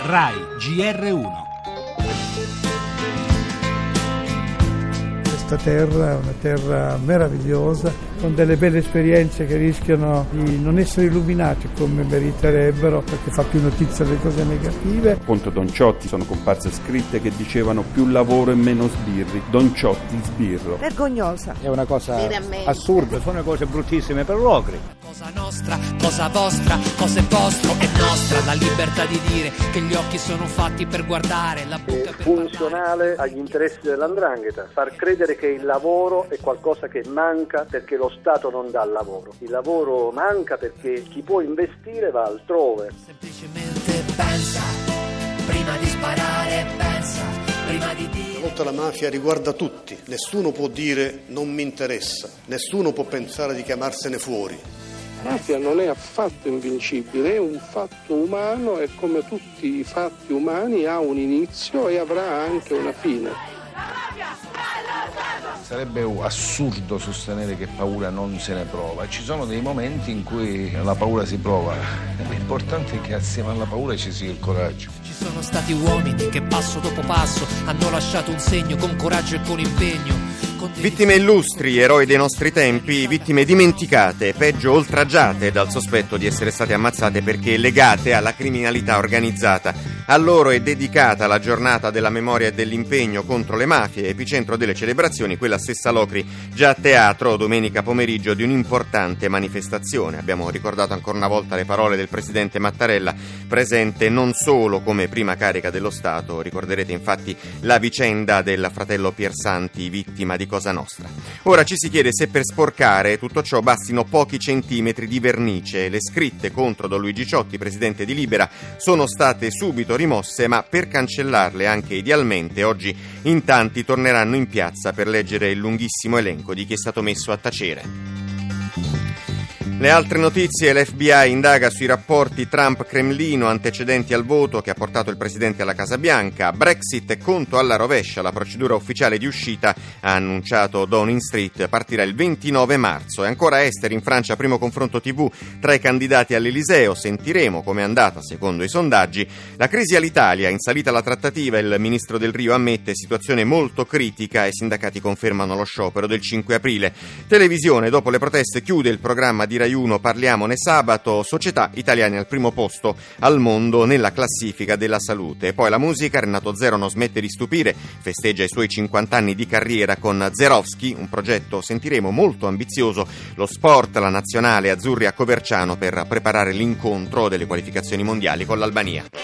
RAI GR1. Questa terra è una terra meravigliosa, con delle belle esperienze che rischiano di non essere illuminate come meriterebbero, perché fa più notizia delle cose negative. Contro Don Ciotti sono comparse scritte che dicevano più lavoro e meno sbirri. Don Ciotti sbirro. Vergognosa. È una cosa assurda, sono cose bruttissime per l'Ocri. Cosa nostra, cosa vostra, cosa è vostro, è nostra la libertà di dire che gli occhi sono fatti per guardare, la bocca per funzionale agli interessi dell''ndrangheta, far credere che il lavoro è qualcosa che manca perché lo Stato non dà lavoro. Il lavoro manca perché chi può investire va altrove. Semplicemente pensa, prima di sparare pensa, prima di dire. La lotta alla mafia riguarda tutti, nessuno può dire non mi interessa, nessuno può pensare di chiamarsene fuori. La mafia non è affatto invincibile, è un fatto umano e come tutti i fatti umani ha un inizio e avrà anche una fine. Sarebbe assurdo sostenere che paura non se ne prova. Ci sono dei momenti in cui la paura si prova. L'importante è che assieme alla paura ci sia il coraggio. Ci sono stati uomini che passo dopo passo hanno lasciato un segno con coraggio e con impegno. Vittime illustri, eroi dei nostri tempi, vittime dimenticate, peggio oltraggiate dal sospetto di essere state ammazzate perché legate alla criminalità organizzata. A loro è dedicata la giornata della memoria e dell'impegno contro le mafie, epicentro delle celebrazioni, quella stessa Locri, già a teatro domenica pomeriggio di un'importante manifestazione. Abbiamo ricordato ancora una volta le parole del presidente Mattarella, presente non solo come prima carica dello Stato, ricorderete infatti la vicenda del fratello Piersanti, vittima di Cosa Nostra. Ora ci si chiede se per sporcare tutto ciò bastino pochi centimetri di vernice. Le scritte contro Don Luigi Ciotti, presidente di Libera, sono state subito rimosse, ma per cancellarle anche idealmente oggi in tanti torneranno in piazza per leggere il lunghissimo elenco di chi è stato messo a tacere. Le altre notizie: l'FBI indaga sui rapporti Trump-Cremlino antecedenti al voto che ha portato il presidente alla Casa Bianca. Brexit e conto alla rovescia, la procedura ufficiale di uscita, ha annunciato Downing Street, partirà il 29 marzo. E ancora esteri, in Francia primo confronto TV tra i candidati all'Eliseo, sentiremo come è andata secondo i sondaggi. La crisi all'Italia, in salita la trattativa, il ministro Del Rio ammette situazione molto critica e i sindacati confermano lo sciopero del 5 aprile. Televisione, dopo le proteste chiude il programma di Rai 1 Parliamone sabato, società italiane al primo posto al mondo nella classifica della salute. Poi la musica, Renato Zero non smette di stupire, festeggia i suoi 50 anni di carriera con Zerowski, un progetto, sentiremo, molto ambizioso, lo sport, la nazionale azzurri a Coverciano per preparare l'incontro delle qualificazioni mondiali con l'Albania.